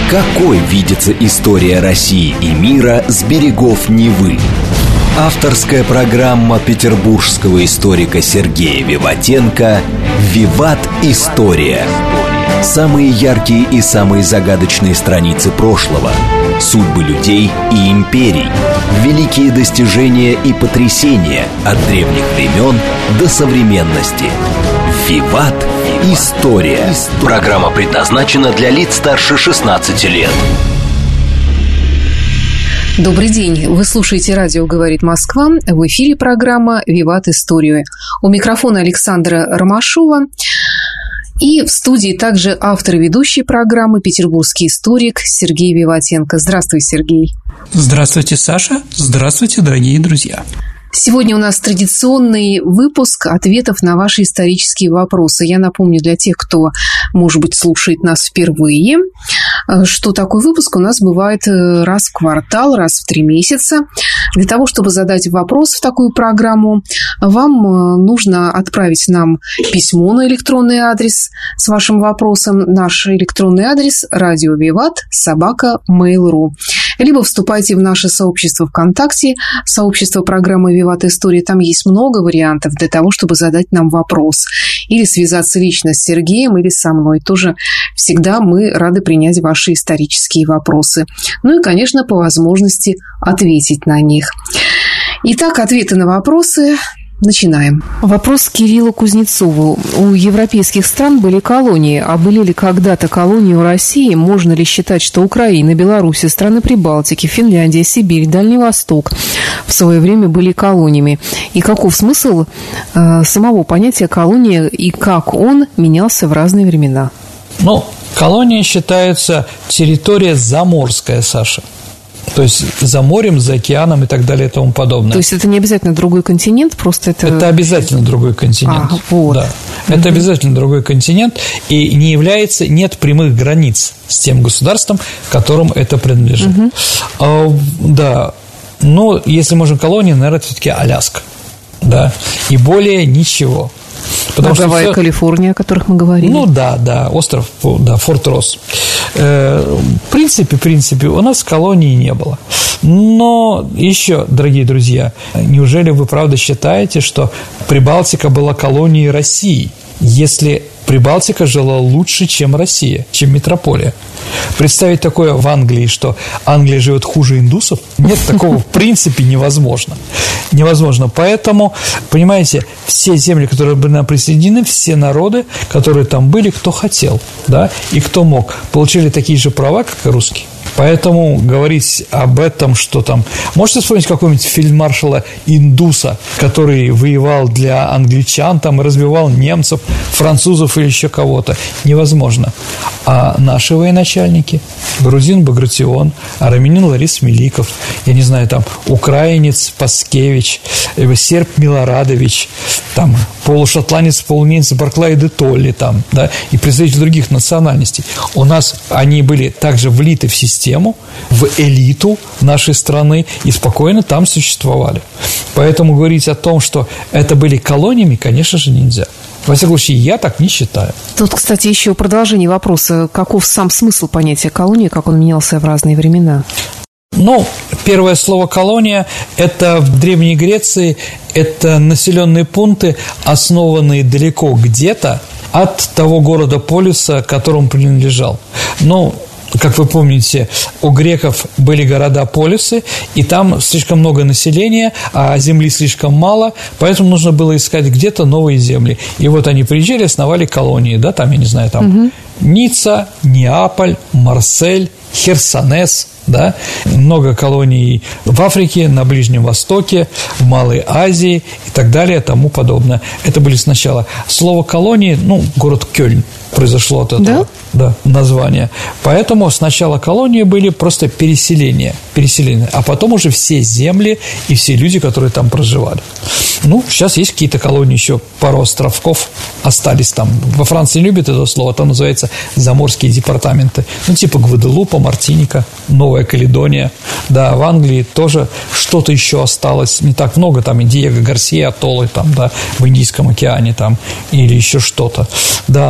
Какой видится история России и мира с берегов Невы? Авторская программа петербургского историка Сергея Виватенко «Виват. История». Самые яркие и самые загадочные страницы прошлого, судьбы людей и империй, великие достижения и потрясения от древних времен до современности. «Виват. История». Программа предназначена для лиц старше 16 лет. Добрый день. Вы слушаете «Радио говорит Москва». В эфире программа «Виват. История». У микрофона Александра Ромашова. И в студии также автор и ведущий программы, петербургский историк Сергей Виватенко. Здравствуй, Сергей. Здравствуйте, Саша. Здравствуйте, дорогие друзья. Сегодня у нас традиционный выпуск ответов на ваши исторические вопросы. Я напомню для тех, кто, может быть, слушает нас впервые, что такой выпуск у нас бывает раз в квартал, раз в 3 месяца. Для того, чтобы задать вопрос в такую программу, вам нужно отправить нам письмо на электронный адрес с вашим вопросом. Наш электронный адрес – radiovivat@mail.ru. Либо вступайте в наше сообщество ВКонтакте, сообщество программы «Виват. История». Там есть много вариантов для того, чтобы задать нам вопрос. Или связаться лично с Сергеем, или со мной. Тоже всегда мы рады принять ваши исторические вопросы. Ну и, конечно, по возможности ответить на них. Итак, ответы на вопросы. Начинаем. Вопрос Кириллу Кузнецову. У европейских стран были колонии, а были ли когда-то колонии у России? Можно ли считать, что Украина, Беларусь, страны Прибалтики, Финляндия, Сибирь, Дальний Восток в свое время были колониями? И каков смысл самого понятия колония и как он менялся в разные времена? Колония считается территория заморская, Саша. То есть за морем, за океаном и так далее и тому подобное. То есть это не обязательно другой континент, просто это... Это обязательно другой континент. Вот. Да. Это обязательно другой континент, и нет прямых границ с тем государством, которому это принадлежит. Да. Но если можно колония, наверное, это все-таки Аляска. Да. И более ничего. Гавайи, Калифорния, о которых мы говорили. Да, остров, Форт Росс. В принципе, у нас колонии не было. Но еще, дорогие друзья, неужели вы правда считаете, что Прибалтика была колонией России, если Прибалтика жила лучше, чем Россия, чем метрополия? Представить такое в Англии, что Англия живет хуже индусов? Нет, такого в принципе невозможно. Невозможно. Поэтому, понимаете, все земли, которые были нам присоединены, все народы, которые там были, кто хотел, да, и кто мог, получили такие же права, как и русские. Поэтому говорить об этом, что там... Можете вспомнить какого-нибудь фельдмаршала Индуса, который воевал для англичан, там, и разбивал немцев, французов или еще кого-то? Невозможно. А наши военачальники, грузин Багратион, армянин Ларис Меликов, я не знаю, там, украинец Паскевич, серб Милорадович, там, полушотландец, полунемец Барклай де Толли, там, да, и представители других национальностей. У нас они были также влиты в систему, в элиту нашей страны и спокойно там существовали. Поэтому говорить о том, что это были колониями, конечно же, нельзя. Во всяком случае, я так не считаю. Тут, кстати, еще продолжение вопроса. Каков сам смысл понятия колонии, как он менялся в разные времена? Первое слово «колония» – это в Древней Греции, это населенные пункты, основанные далеко где-то от того города-полиса, к которому принадлежал. Как вы помните, у греков были города-полисы, и там слишком много населения, а земли слишком мало, поэтому нужно было искать где-то новые земли. И вот они приезжали, основали колонии, да, там, я не знаю, там Ницца, Неаполь, Марсель, Херсонес, да, много колоний в Африке, на Ближнем Востоке, в Малой Азии и так далее, и тому подобное. Это были сначала. Слово «колонии», город Кёльн произошло от этого названия. Поэтому сначала колонии были просто переселения, а потом уже все земли и все люди, которые там проживали. Сейчас есть какие-то колонии, еще пару островков остались там. Во Франции любят это слово, там называется заморские департаменты. Типа Гваделупа, Мартиника, Новая Каледония. Да, в Англии тоже что-то еще осталось. Не так много, там и Диего Гарсия, атоллы там, да, в Индийском океане там, или еще что-то. Да, но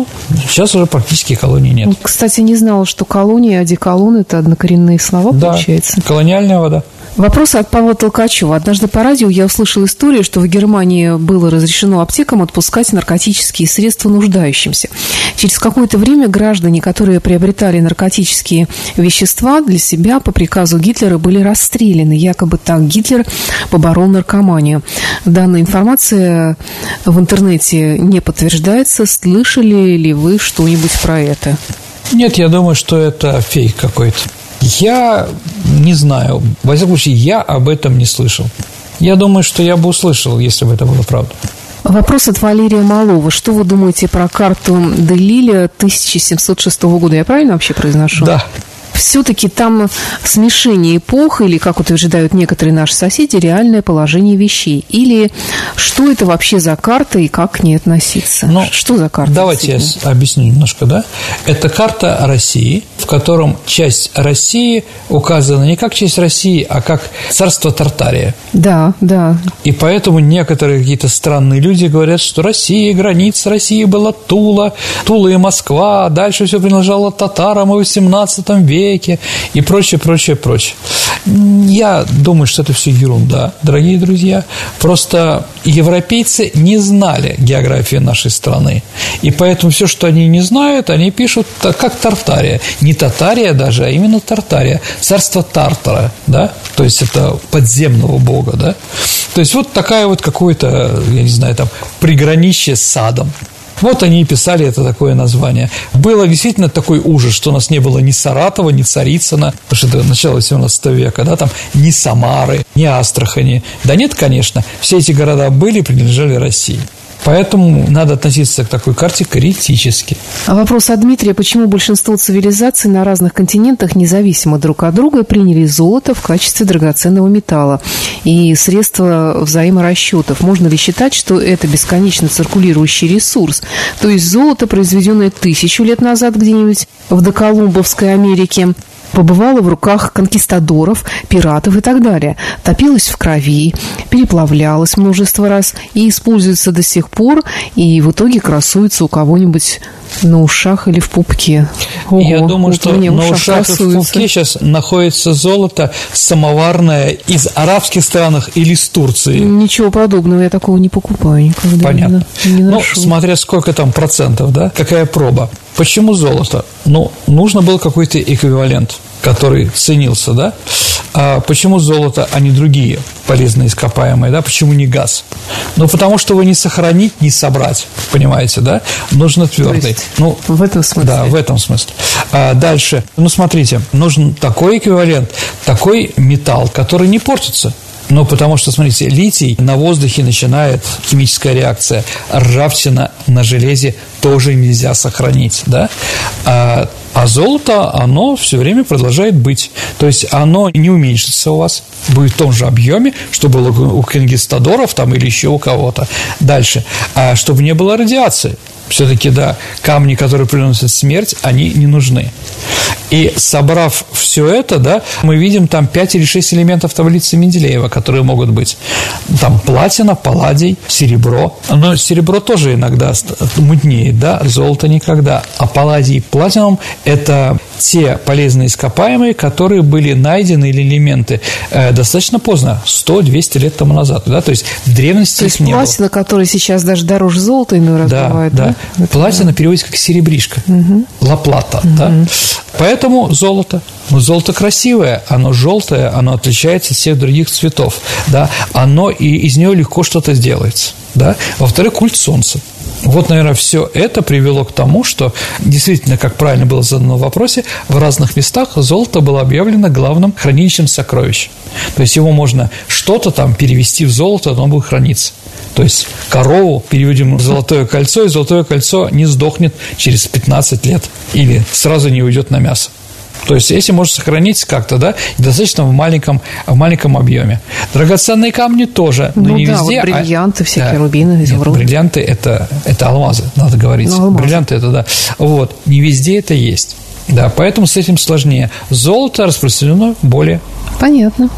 сейчас уже практически колоний нет. Кстати, не знала, что колония и одеколон – это однокоренные слова, получается. Да, колониальная вода. Вопрос от Павла Толкачева. Однажды по радио я услышала историю, что в Германии было разрешено аптекам отпускать наркотические средства нуждающимся. Через какое-то время граждане, которые приобретали наркотические вещества для себя по приказу Гитлера, были расстреляны. Якобы так Гитлер поборол наркоманию. Данная информация в интернете не подтверждается. Слышали ли вы что-нибудь про это? Нет, я думаю, что это фейк какой-то. Я не знаю. Во всяком случае, я об этом не слышал. Я думаю, что я бы услышал, если бы это было правда. Вопрос от Валерия Малова. Что вы думаете про карту Делиля 1706 года? Я правильно вообще произношу? Да. Все-таки там смешение эпох, или, как утверждают некоторые наши соседи, реальное положение вещей. Или что это вообще за карта и как к ней относиться? Что за карта? Давайте я объясню немножко, да? Это карта России, в котором часть России указана не как часть России, а как царство Тартария. Да, да. И поэтому некоторые какие-то странные люди говорят, что Россия, граница России была Тула и Москва, дальше все принадлежало татарам в XVIII веке и прочее. Я думаю, что это все ерунда, дорогие друзья. Просто европейцы не знали географию нашей страны. И поэтому все, что они не знают, они пишут как Тартария. Не Татария даже, а именно Тартария. Царство Тартара, да? То есть это подземного бога, да? То есть вот такая вот какое-то, я не знаю, там приграничье с садом. Вот они и писали это такое название. Было действительно такой ужас, что у нас не было ни Саратова, ни Царицына, потому что это начало 17 века, да, там ни Самары, ни Астрахани. Да нет, конечно, все эти города были и принадлежали России. Поэтому надо относиться к такой карте критически. А вопрос от Дмитрия. Почему большинство цивилизаций на разных континентах, независимо друг от друга, приняли золото в качестве драгоценного металла и средства взаиморасчетов? Можно ли считать, что это бесконечно циркулирующий ресурс? То есть золото, произведенное 1000 лет назад где-нибудь в доколумбовской Америке, побывала в руках конкистадоров, пиратов и так далее, топилась в крови, переплавлялась множество раз и используется до сих пор, и в итоге красуется у кого-нибудь на ушах или в пупке. Ого, я думаю, что на ушах красуется. И в пупке сейчас находится золото самоварное из арабских стран или из Турции. Ничего подобного, я такого не покупаю никогда. Понятно. Не ношу. Смотря сколько там процентов, да, какая проба. Почему золото? Нужно был какой-то эквивалент, который ценился, да? А почему золото, а не другие полезные ископаемые, да? Почему не газ? Потому что его не сохранить, не собрать, понимаете, да? Нужно твердый. В этом смысле. Да, в этом смысле. Дальше, смотрите, нужен такой эквивалент, такой металл, который не портится. Потому что, смотрите, литий на воздухе начинает химическая реакция, ржавчина на железе тоже нельзя сохранить, да? А золото, оно все время продолжает быть. То есть оно не уменьшится у вас, будет в том же объеме, что было у конкистадоров там, или еще у кого-то. Дальше. Чтобы не было радиации. Все-таки, да, камни, которые приносят смерть, они не нужны. И собрав все это, да, мы видим там 5 или 6 элементов таблицы Менделеева, которые могут быть. Там платина, палладий, серебро. Но серебро тоже иногда мутнеет, да, золото никогда. А палладий и платинум – это те полезные ископаемые, которые были найдены, или элементы, достаточно поздно, 100-200 лет тому назад, да, то есть в древности их не было. Платина, которая сейчас даже дороже золота иной раз бывает, да? Платина переводится как серебришка, ла-плата, да. Поэтому золото. Золото красивое, оно желтое, оно отличается от всех других цветов, да. И из него легко что-то делается, да. Во-вторых, культ солнца. Вот, наверное, все это привело к тому, что действительно, как правильно было задано в вопросе, в разных местах золото было объявлено главным хранилищем сокровищ. То есть его можно что-то там перевести в золото, оно будет храниться. То есть корову переведем в золотое кольцо, и золотое кольцо не сдохнет через 15 лет или сразу не уйдет на мясо. То есть, если можно сохранить как-то, да, достаточно в маленьком объеме. Драгоценные камни тоже, но не везде. Вот бриллианты, всякие рубины, изумруды. Бриллианты – это алмазы, надо говорить. Бриллианты – это, да. Вот, не везде это есть. Да, поэтому с этим сложнее. Золото распространено более. Понятно.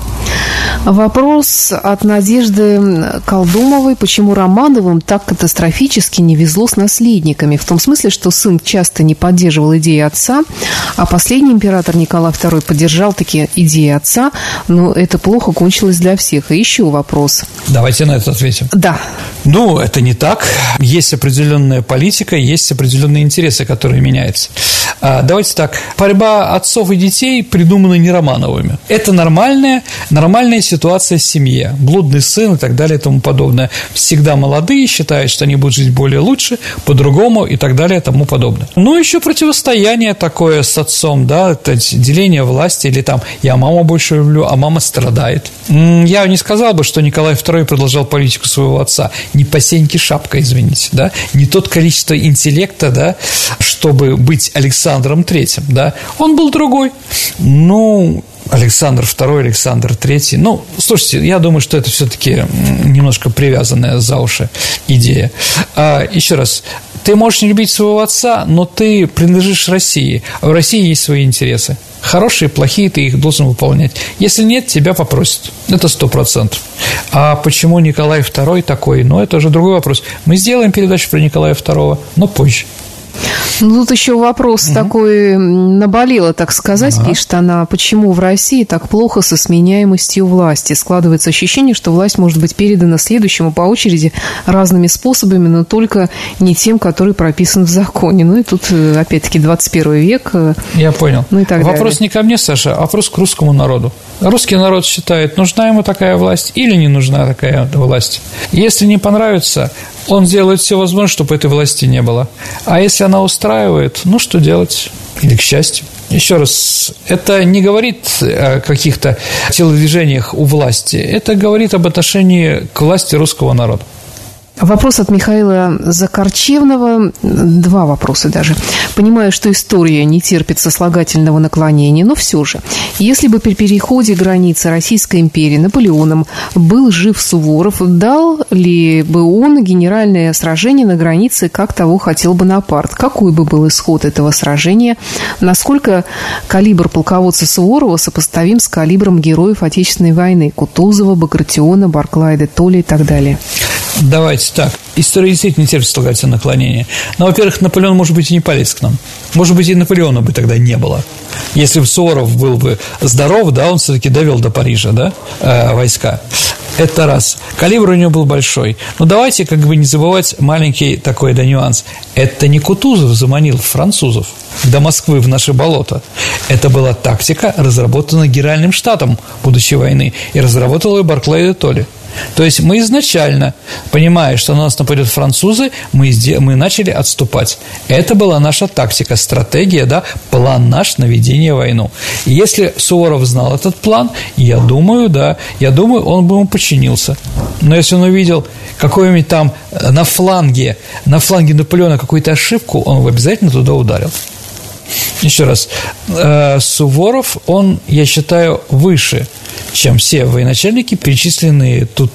Вопрос от Надежды Колдумовой. Почему Романовым так катастрофически не везло с наследниками? В том смысле, что сын часто не поддерживал идеи отца, а последний император Николай II поддержал такие идеи отца, но это плохо кончилось для всех. И еще вопрос. Давайте на это ответим. Да. Ну, это не так. Есть определенная политика, есть определенные интересы, которые меняются. Давайте так. Борьба отцов и детей придумана не Романовыми. Это нормальная ситуация в семье. Блудный сын и так далее и тому подобное. Всегда молодые считают, что они будут жить более лучше, по-другому и так далее и тому подобное. Ну, еще противостояние такое с отцом, да, это деление власти или там «я маму больше люблю, а мама страдает». Я не сказал бы, что Николай II продолжал политику своего отца. Не по сеньке шапка, извините, да, не тот количество интеллекта, да, чтобы быть Александром III, да, он был другой. Ну, Александр II, Александр III. Ну, слушайте, я думаю, что это все-таки немножко привязанная за уши идея. Еще раз, ты можешь не любить своего отца, но ты принадлежишь России, а в России есть свои интересы. Хорошие, плохие, ты их должен выполнять. Если нет, тебя попросят. Это 100%. А почему Николай II такой? Ну, это уже другой вопрос. Мы сделаем передачу про Николая II, но позже. Ну, тут еще вопрос такой наболело, так сказать, пишет она. Почему в России так плохо со сменяемостью власти? Складывается ощущение, что власть может быть передана следующему по очереди разными способами, но только не тем, который прописан в законе. Ну, и тут, опять-таки, 21 век. Я понял. Ну, и так вопрос далее. не ко мне, Саша, а вопрос к русскому народу. Русский народ считает, нужна ему такая власть или не нужна такая власть. Если не понравится, он сделает все возможное, чтобы этой власти не было. А если она устраивает, ну, что делать? Или к счастью. Еще раз, это не говорит о каких-то телодвижениях у власти. Это говорит об отношении к власти русского народа. Вопрос от Михаила Закорчевного. Два вопроса даже. Понимаю, что история не терпит сослагательного наклонения, но все же. Если бы при переходе границы Российской империи Наполеоном был жив Суворов, дал ли бы он генеральное сражение на границе, как того хотел Бонапарт? Какой бы был исход этого сражения? Насколько калибр полководца Суворова сопоставим с калибром героев Отечественной войны? Кутузова, Багратиона, Барклая де Толли и так далее. Давайте так. История действительно не терпит сослагательного наклонения. Но, во-первых, Наполеон, может быть, и не полез к нам. Может быть, и Наполеона бы тогда не было. Если бы Суворов был бы здоров, да, он все-таки довел до Парижа, да, войска. Это раз. Калибр у него был большой. Но давайте как бы не забывать маленький такой, да, нюанс. Это не Кутузов заманил французов до Москвы в наше болото. Это была тактика, разработанная Генеральным штабом будущей войны. И разработал ее Барклай де Толли. То есть мы изначально, понимая, что на нас нападут французы, мы начали отступать. Это была наша тактика, стратегия, да, план наш на ведение войны. И если Суворов знал этот план, я думаю, он бы ему подчинился. Но если он увидел какую-нибудь там на фланге Наполеона какую-то ошибку, он бы обязательно туда ударил. Еще раз, Суворов, он, я считаю, выше, чем все военачальники, перечисленные тут,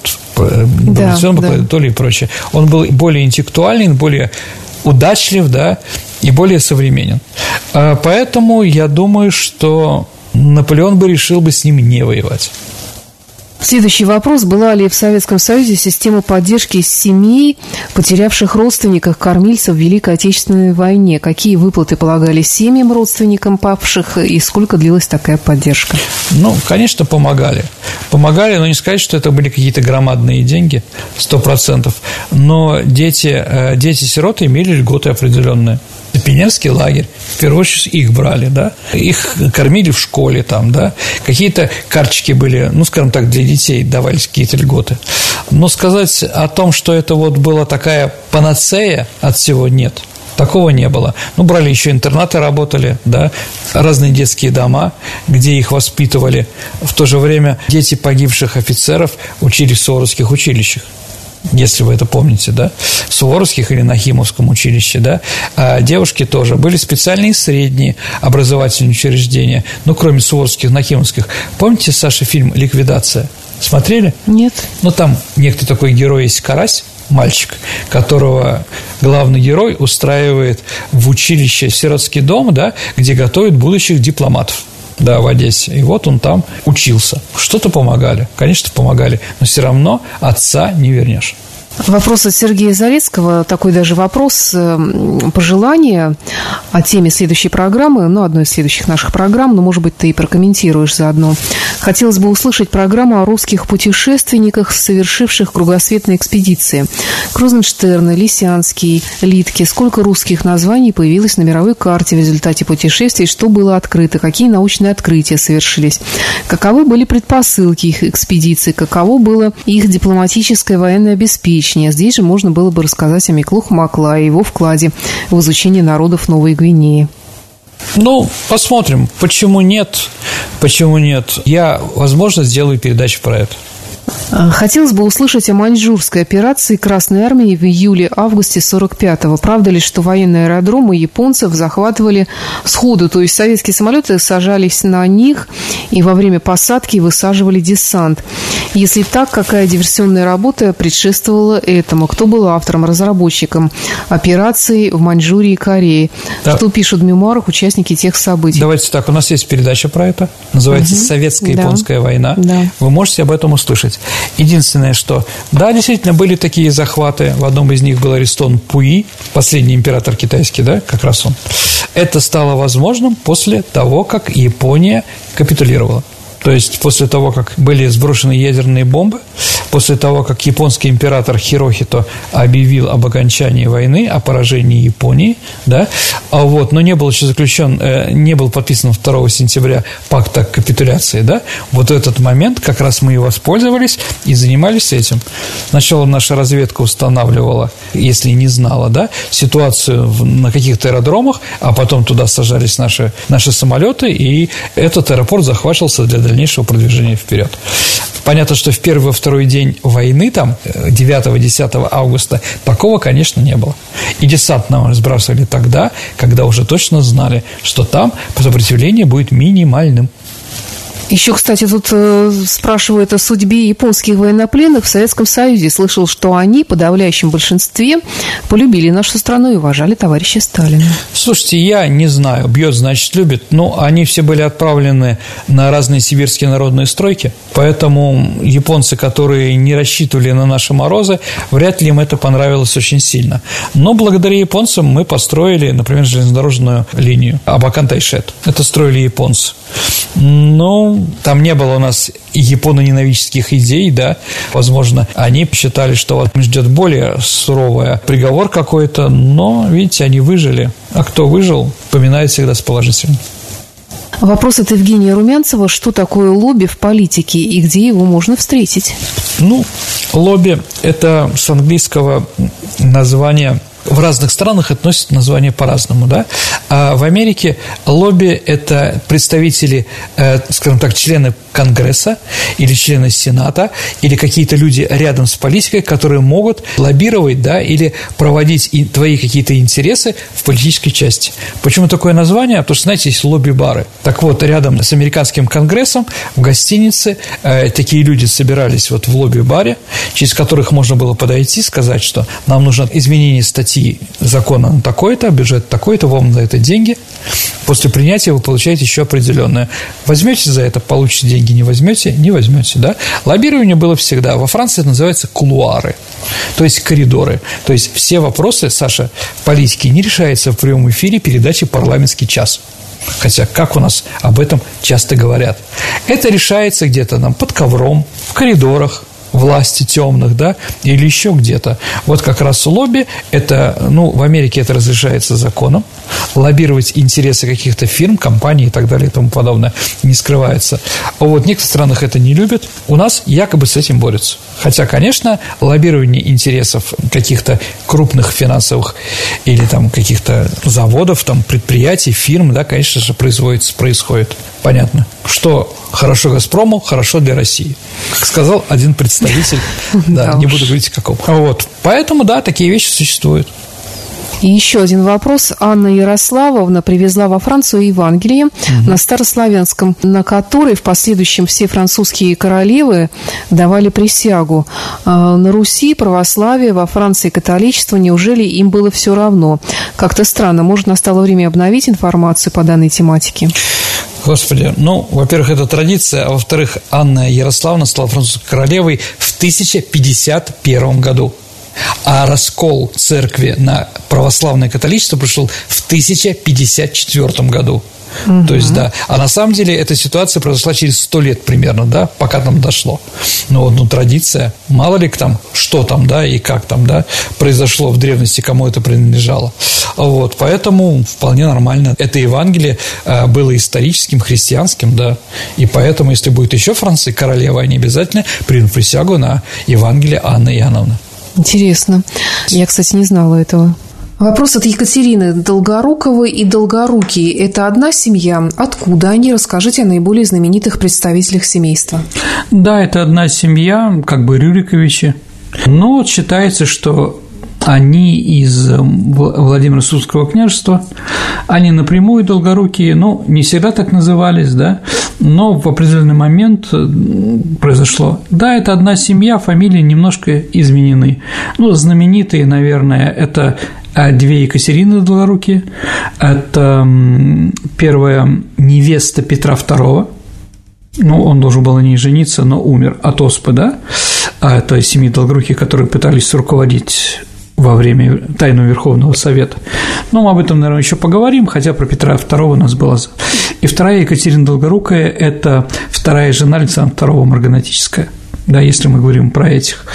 Толли и прочее. Он был более интеллектуальный, более удачлив, да, и более современен. Поэтому я думаю, что Наполеон бы решил бы с ним не воевать. Следующий вопрос. Была ли в Советском Союзе система поддержки семей, потерявших родственников, кормильцев в Великой Отечественной войне? Какие выплаты полагались семьям родственникам павших и сколько длилась такая поддержка? Ну, конечно, помогали. Помогали, но не сказать, что это были какие-то громадные деньги, 100%. Но дети-сироты имели льготы определенные. Пионерский лагерь, в первую очередь их брали, да, их кормили в школе там, да, какие-то карточки были, ну, скажем так, для детей давались какие-то льготы. Но сказать о том, что это вот была такая панацея от всего, нет. Такого не было. Ну, брали еще интернаты, работали, да, разные детские дома, где их воспитывали. В то же время дети погибших офицеров учились в суворовских училищах. Если вы это помните, да, в Суворовских или Нахимовском училище, да, а девушки тоже. Были специальные средние образовательные учреждения, ну, кроме Суворовских, Нахимовских. Помните, Саша, фильм «Ликвидация»? Смотрели? Нет. Ну, там некто такой герой есть Карась, мальчик, которого главный герой устраивает в училище, сиротский дом, да, где готовят будущих дипломатов. Да, в Одессе. И вот он там учился. Что-то помогали. Конечно, помогали. Но все равно отца не вернешь. Вопрос от Сергея Зарецкого, такой даже вопрос, пожелание о теме следующей программы, одной из следующих наших программ, но, может быть, ты и прокомментируешь заодно. Хотелось бы услышать программу о русских путешественниках, совершивших кругосветные экспедиции. Крузенштерн, Лисянский, Литке. Сколько русских названий появилось на мировой карте в результате путешествий, что было открыто, какие научные открытия совершились, каковы были предпосылки их экспедиций, каково было их дипломатическое военное обеспечение. Здесь же можно было бы рассказать о Миклуху-Макла и его вкладе в изучение народов Новой Гвинеи. Посмотрим. Почему нет? Почему нет? Я, возможно, сделаю передачу про это. Хотелось бы услышать о маньчжурской операции Красной Армии в июле-августе 45-го. Правда ли, что военные аэродромы японцев захватывали сходу, то есть советские самолеты сажались на них и во время посадки высаживали десант? Если так, какая диверсионная работа предшествовала этому? Кто был автором, разработчиком операции в Маньчжурии и Корее? Да. Что пишут в мемуарах участники тех событий? Давайте так, у нас есть передача про это, называется «Советско-японская война». Да. Вы можете об этом услышать. Единственное, что, да, действительно, были такие захваты. В одном из них был арестован Пуи, последний император китайский, да, как раз он. Это стало возможным после того, как Япония капитулировала. То есть после того, как были сброшены ядерные бомбы, после того, как японский император Хирохито объявил об окончании войны, о поражении Японии, да, но не был еще не был подписан 2 сентября пакт о капитуляции, да, вот в этот момент как раз мы и воспользовались и занимались этим. Сначала наша разведка устанавливала, если не знала, да, ситуацию на каких-то аэродромах, а потом туда сажались наши самолеты, и этот аэропорт захватывался для дальнейшего продвижения вперед. Понятно, что в первый и второй день войны, там, 9-10 августа, такого, конечно, не было. И десант нам разбрасывали тогда, когда уже точно знали, что там сопротивление будет минимальным. Еще, кстати, тут спрашивают о судьбе японских военнопленных в Советском Союзе. Слышал, что они в подавляющем большинстве полюбили нашу страну и уважали товарища Сталина. Слушайте, я не знаю, бьет, значит, любит. Они все были отправлены на разные сибирские народные стройки, поэтому японцы, которые не рассчитывали на наши морозы, вряд ли им это понравилось очень сильно. Но благодаря японцам мы построили, например, железнодорожную линию Абакан-Тайшет. Это строили японцы. Там не было у нас японо-ненавистских идей, да, возможно, они считали, что вот ждет более суровый приговор какой-то, но, видите, они выжили, а кто выжил, поминает всегда с положительным. Вопрос от Евгения Румянцева. Что такое лобби в политике и где его можно встретить? Лобби – это с английского название. В разных странах относят название по-разному, да? А в Америке лобби – это представители, скажем так, члены Конгресса или члены Сената, или какие-то люди рядом с политикой, которые могут лоббировать, да, или проводить твои какие-то интересы в политической части. Почему такое название? Потому что, знаете, есть лобби-бары. Так вот, рядом с американским Конгрессом в гостинице такие люди собирались вот в лобби-баре, через которых можно было подойти, сказать, что нам нужно изменение статьи закона на такой-то, бюджет такой-то, вам за это деньги. После принятия вы получаете еще определенное. Возьмете за это, получите деньги, не возьмете, не возьмете, да? Лоббирование было всегда. Во Франции это называется кулуары, то есть коридоры. То есть все вопросы, Саша, политики не решаются в прямом эфире передачи «Парламентский час». Хотя, как у нас об этом часто говорят. Это решается где-то там под ковром, в коридорах власти темных, да, или еще где-то. Вот как раз лобби, это, в Америке это разрешается законом, лоббировать интересы каких-то фирм, компаний и так далее и тому подобное не скрывается. А вот в некоторых странах это не любят, у нас якобы с этим борются. Хотя, конечно, лоббирование интересов каких-то крупных финансовых или там каких-то заводов, там, предприятий, фирм, да, конечно же, происходит. Понятно. Что хорошо «Газпрому», хорошо для России. Как сказал один представитель, да, не буду говорить какого. Вот. Поэтому, да, такие вещи существуют. И еще один вопрос. Анна Ярославовна привезла во Францию Евангелие на старославянском, на которой в последующем все французские королевы давали присягу. На Руси православие, во Франции католичество, неужели им было все равно? Как-то странно. Может, настало время обновить информацию по данной тематике? Господи, во-первых, это традиция, а во-вторых, Анна Ярославна стала французской королевой в 1051 году. А раскол церкви на православное католичество пришел в 1054 году. То есть, да. А на самом деле эта ситуация произошла через 100 лет примерно, да, пока там дошло. Традиция. Мало ли там, что там, да, и как там, да, произошло в древности, кому это принадлежало. Поэтому вполне нормально. Это Евангелие было историческим, христианским, да. И поэтому, если будет еще Франция королева, они обязательно примут присягу на Евангелие Анны Иоанновны. Интересно. Я, кстати, не знала этого. Вопрос от Екатерины. Долгоруковы и Долгорукие – это одна семья? Откуда они? Расскажите о наиболее знаменитых представителях семейства. Да, это одна семья, Рюриковичи. Но считается, что они из Владимиро-Сурского княжества, они напрямую Долгорукие, не всегда так назывались, да, но в определенный момент произошло. Да, это одна семья, фамилии немножко изменены. Знаменитые, наверное, это две Екатерины Долгорукие, это первая невеста Петра II, он должен был на ней жениться, но умер от оспы, да, это семьи Долгоруких, которые пытались руководить во время Тайного Верховного Совета. Мы об этом, наверное, еще поговорим, хотя про Петра II у нас было. И вторая Екатерина Долгорукая – это вторая жена Александра II Марганатическая, да, если мы говорим про этих.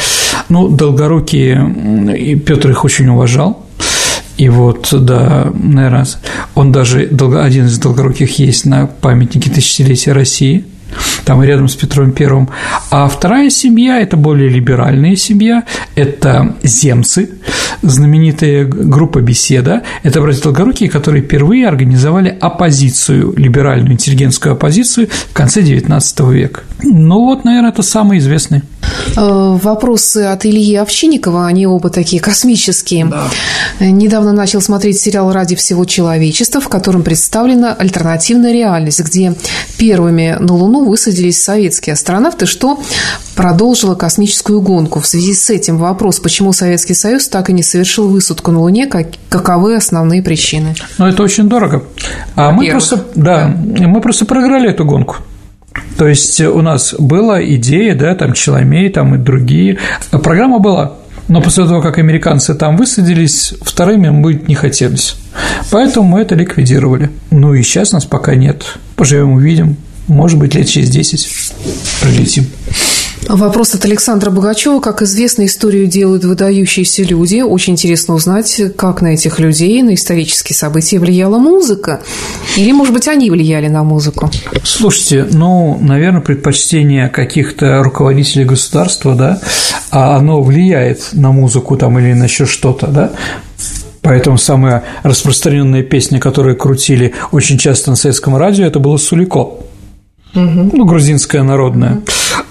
Долгорукие, и Петр их очень уважал. И да, наверное, он даже, один из Долгоруких есть на памятнике тысячелетия России, там рядом с Петром I. А вторая семья – это более либеральная семья, это земцы, знаменитая группа «Беседа». Это братья Долгорукие, которые впервые организовали оппозицию, либеральную интеллигентскую оппозицию в конце XIX века. Наверное, это самые известные. Вопросы от Ильи Овчинникова, они оба такие космические. Да. Недавно начал смотреть сериал «Ради всего человечества», в котором представлена альтернативная реальность, где первыми на Луну высадились советские астронавты, что продолжило космическую гонку. В связи с этим вопрос, почему Советский Союз так и не совершил высадку на Луне, каковы основные причины? Это очень дорого. Мы просто проиграли эту гонку. То есть у нас была идея, да, там Челомей, там и другие. Программа была, но после того, как американцы там высадились, вторыми быть не хотелось. Поэтому мы это ликвидировали. И сейчас нас пока нет. Поживем, увидим. Может быть, лет через 10 прилетим. Вопрос от Александра Богачева. Как известно, историю делают выдающиеся люди. Очень интересно узнать, как на этих людей, на исторические события влияла музыка. Или, может быть, они влияли на музыку? Слушайте, наверное, предпочтение каких-то руководителей государства, да, оно влияет на музыку там или на еще что-то, да. Поэтому самая распространенная песня, которую крутили очень часто на советском радио, это было «Сулико». Грузинская народная.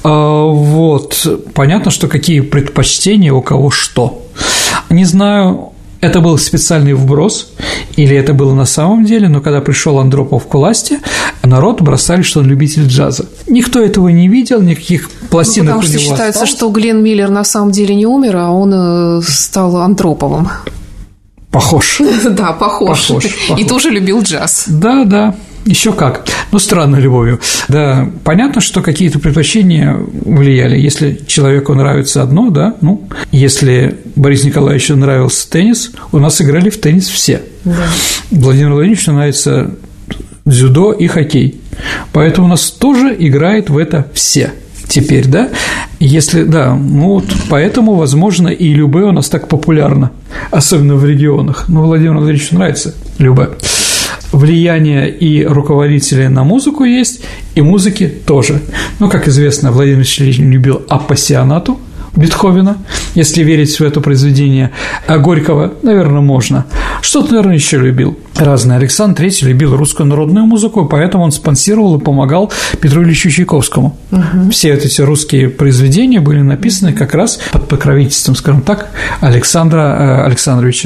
Понятно, что какие предпочтения, у кого что. Не знаю, это был специальный вброс или это было на самом деле, но когда пришел Андропов к власти, народ бросали, что он любитель джаза. Никто этого не видел, никаких пластинок у него. Потому что считается, что Глен Миллер на самом деле не умер, а он стал Андроповым. Похож. Да, похож. И тоже любил джаз. Да. Еще как. Странной любовью. Да, понятно, что какие-то предпочтения влияли. Если человеку нравится одно, да, если Борису Николаевичу нравился теннис, у нас играли в теннис все. Да. Владимиру Владимировичу нравится дзюдо и хоккей. Поэтому у нас тоже играют в это все. Теперь, да, если, да, поэтому, возможно, и любэ у нас так популярно, особенно в регионах. Владимиру Владимировичу нравится любэ. Влияние и руководителей на музыку есть, и музыки тоже. Как известно, Владимир Ильич любил апассионату Бетховена, если верить в это произведение. А Горького, наверное, можно. Что-то, наверное, еще любил разное. Александр III любил русскую народную музыку, поэтому он спонсировал и помогал Петру Ильичу Чайковскому. Все эти русские произведения были написаны как раз под покровительством, скажем так, Александра Александровича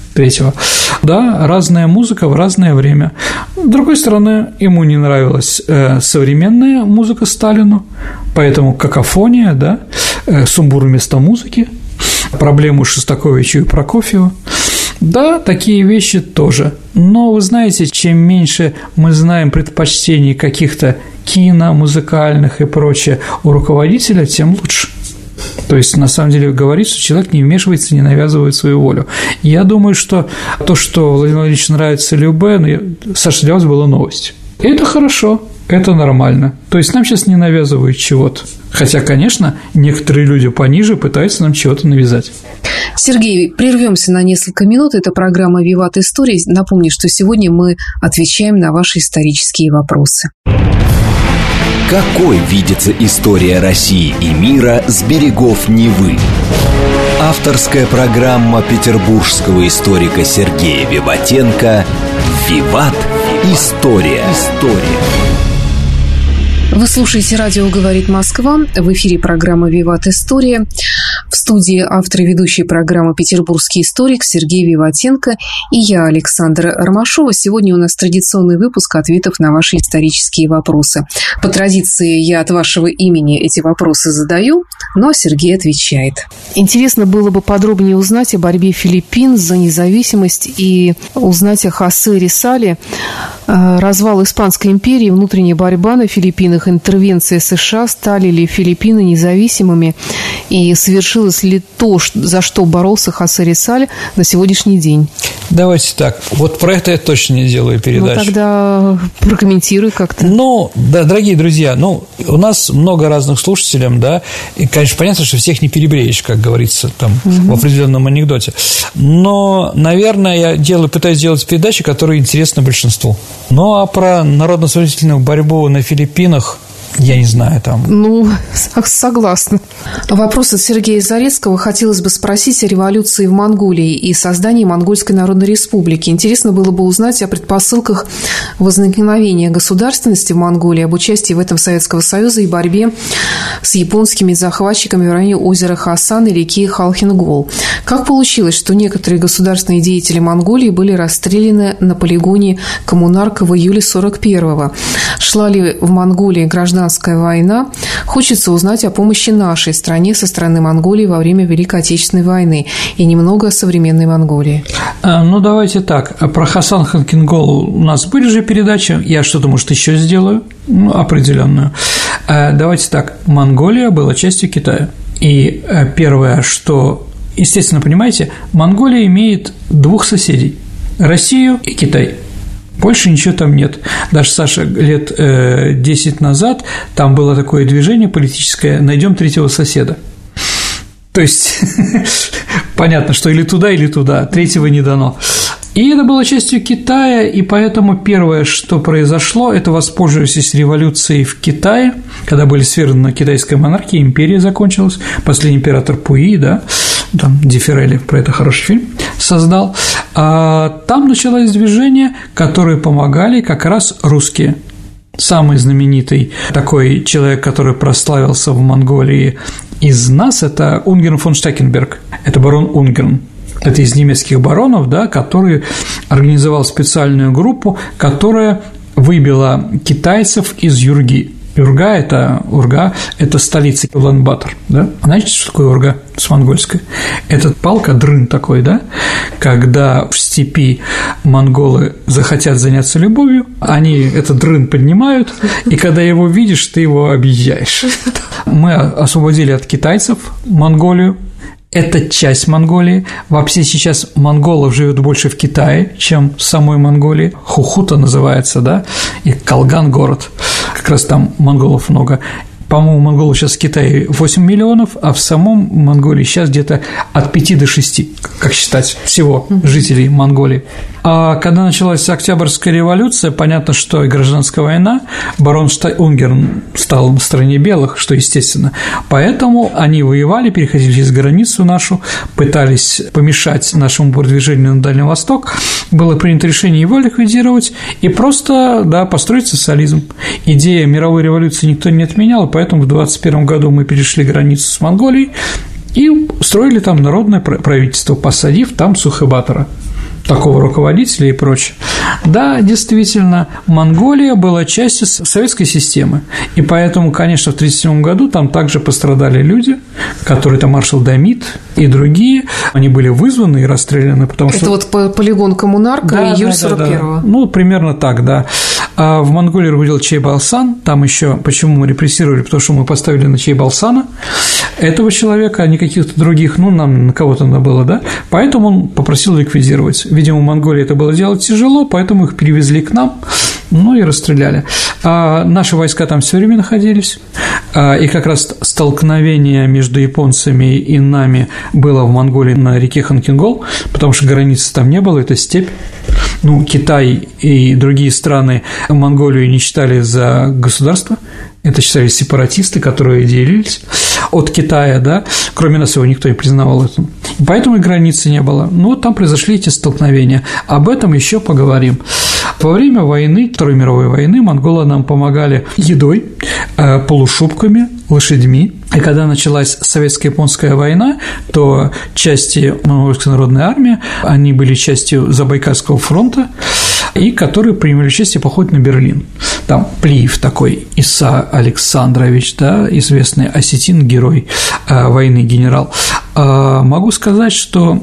третьего. Да, разная музыка в разное время. С другой стороны, ему не нравилась современная музыка Сталину, поэтому какофония, да, сумбур вместо музыки, проблему Шостаковича и Прокофьева. Да, такие вещи тоже. Но, вы знаете, чем меньше мы знаем предпочтений каких-то кино, музыкальных и прочее у руководителя, тем лучше. То есть, на самом деле, говорит, что человек не вмешивается, не навязывает свою волю. Я думаю, что то, что Владимиру Владимировичу нравится Любе, Саша, для вас была новость. Это хорошо, это нормально. То есть, нам сейчас не навязывают чего-то. Хотя, конечно, некоторые люди пониже пытаются нам чего-то навязать. Сергей, прервемся на несколько минут. Это программа «Виват История». Напомню, что сегодня мы отвечаем на ваши исторические вопросы. Какой видится история России и мира с берегов Невы? Авторская программа петербургского историка Сергея Виватенко «Виват. История». Вы слушаете «Радио говорит Москва». В эфире программа «Виват История». В студии автор и ведущий программы «Петербургский историк» Сергей Виватенко и я, Александра Ромашова. Сегодня у нас традиционный выпуск ответов на ваши исторические вопросы. По традиции я от вашего имени эти вопросы задаю, но Сергей отвечает. Интересно было бы подробнее узнать о борьбе Филиппин за независимость и узнать о Хосе Рисале. Развал Испанской империи, внутренняя борьба на Филиппинах, интервенция США, стали ли Филиппины независимыми и совершилось ли то, за что боролся Хосе Рисаль на сегодняшний день? Давайте так. Вот про это я точно не делаю передачу. Ну, тогда прокомментируй как-то. Ну, да, дорогие друзья, у нас много разных слушателей, да, и, конечно, понятно, что всех не перебреешь, как говорится, там, в определенном анекдоте. Но, наверное, я пытаюсь делать передачи, которые интересны большинству. Ну, а про народно-освободительную борьбу на Филиппинах я не знаю там. Ну, согласна. Вопрос от Сергея Зарецкого. Хотелось бы спросить о революции в Монголии и создании Монгольской Народной Республики. Интересно было бы узнать о предпосылках возникновения государственности в Монголии, об участии в этом Советского Союза и борьбе с японскими захватчиками в районе озера Хасан и реки Халхин-Гол. Как получилось, что некоторые государственные деятели Монголии были расстреляны на полигоне Коммунарка в июле 41-го? Шла ли в Монголии гражданская война? Хочется узнать о помощи нашей стране со стороны Монголии во время Великой Отечественной войны и немного о современной Монголии. Ну, давайте так. Про Хасан Халхин-Гол у нас были же передачи. Я что-то, может, еще сделаю определенную. Давайте так. Монголия была частью Китая. И первое, что, естественно, понимаете, Монголия имеет двух соседей – Россию и Китай. Больше ничего там нет. Даже, Саша, лет 10 назад там было такое движение политическое «Найдем третьего соседа». То есть, понятно, что или туда, третьего не дано. И это было частью Китая, и поэтому первое, что произошло, это, воспользовавшись революцией в Китае, когда были свергнуты китайская монархия, империя закончилась, последний император Пуи, да, там Дифферелли, про это хороший фильм создал, там началось движение, которые помогали как раз русские. Самый знаменитый такой человек, который прославился в Монголии из нас, это Унгерн фон Штекенберг, это барон Унгерн. Это из немецких баронов, да, который организовал специальную группу, которая выбила китайцев из Юрги. Урга – это столица Улан-Батор, да? Знаете, что такое Урга с монгольской? Это палка-дрын такой, да? Когда в степи монголы захотят заняться любовью, они этот дрын поднимают, и когда его видишь, ты его объезжаешь. Мы освободили от китайцев Монголию. Это часть Монголии. Вообще сейчас монголов живет больше в Китае, чем в самой Монголии. Хухута называется, да, и Калган город. Как раз там монголов много. По-моему, монголов сейчас в Китае 8 миллионов, а в самом Монголии сейчас где-то от 5 до 6, как считать, всего жителей Монголии. А когда началась Октябрьская революция, понятно, что и гражданская война, барон Унгерн стал на стороне белых, что естественно. Поэтому они воевали, переходили через границу нашу, пытались помешать нашему продвижению на Дальний Восток. Было принято решение его ликвидировать и просто, да, построить социализм. Идея мировой революции никто не отменял, поэтому в 21 году мы перешли границу с Монголией и устроили там народное правительство, посадив там Сухебатора. такого руководителя и прочее. Да, действительно, Монголия была частью советской системы, и поэтому, конечно, в 1937 году там также пострадали люди, которые там маршал Дамит и другие, они были вызваны и расстреляны, потому что… Это вот полигон Коммунарка, да, июль 41-го. Да. Ну, примерно так, да. А в Монголии руководил Чейбалсан, там еще, почему мы репрессировали, потому что мы поставили на Чейбалсана этого человека, а не каких-то других, ну, нам на кого-то надо было, да, поэтому он попросил ликвидировать. Видимо, в Монголии это было делать тяжело, поэтому их перевезли к нам, ну, и расстреляли. А наши войска там все время находились, и как раз столкновение между японцами и нами было в Монголии на реке Ханкингол, потому что границы там не было, это степь. Ну, Китай и другие страны Монголию не считали за государство, это считались сепаратисты, которые делились от Китая, да, кроме нас его никто не признавал это. Поэтому и границы не было. Ну, вот там произошли эти столкновения. Об этом еще поговорим. Во время войны, Второй мировой войны, монголы нам помогали едой, полушубками, лошадьми. И когда началась советско-японская война, то части Монгольской народной армии, они были частью Забайкальского фронта, и которые принимали участие в походе на Берлин. Там Плиев такой, Иса Александрович, да, известный осетин, герой войны, генерал. Могу сказать, что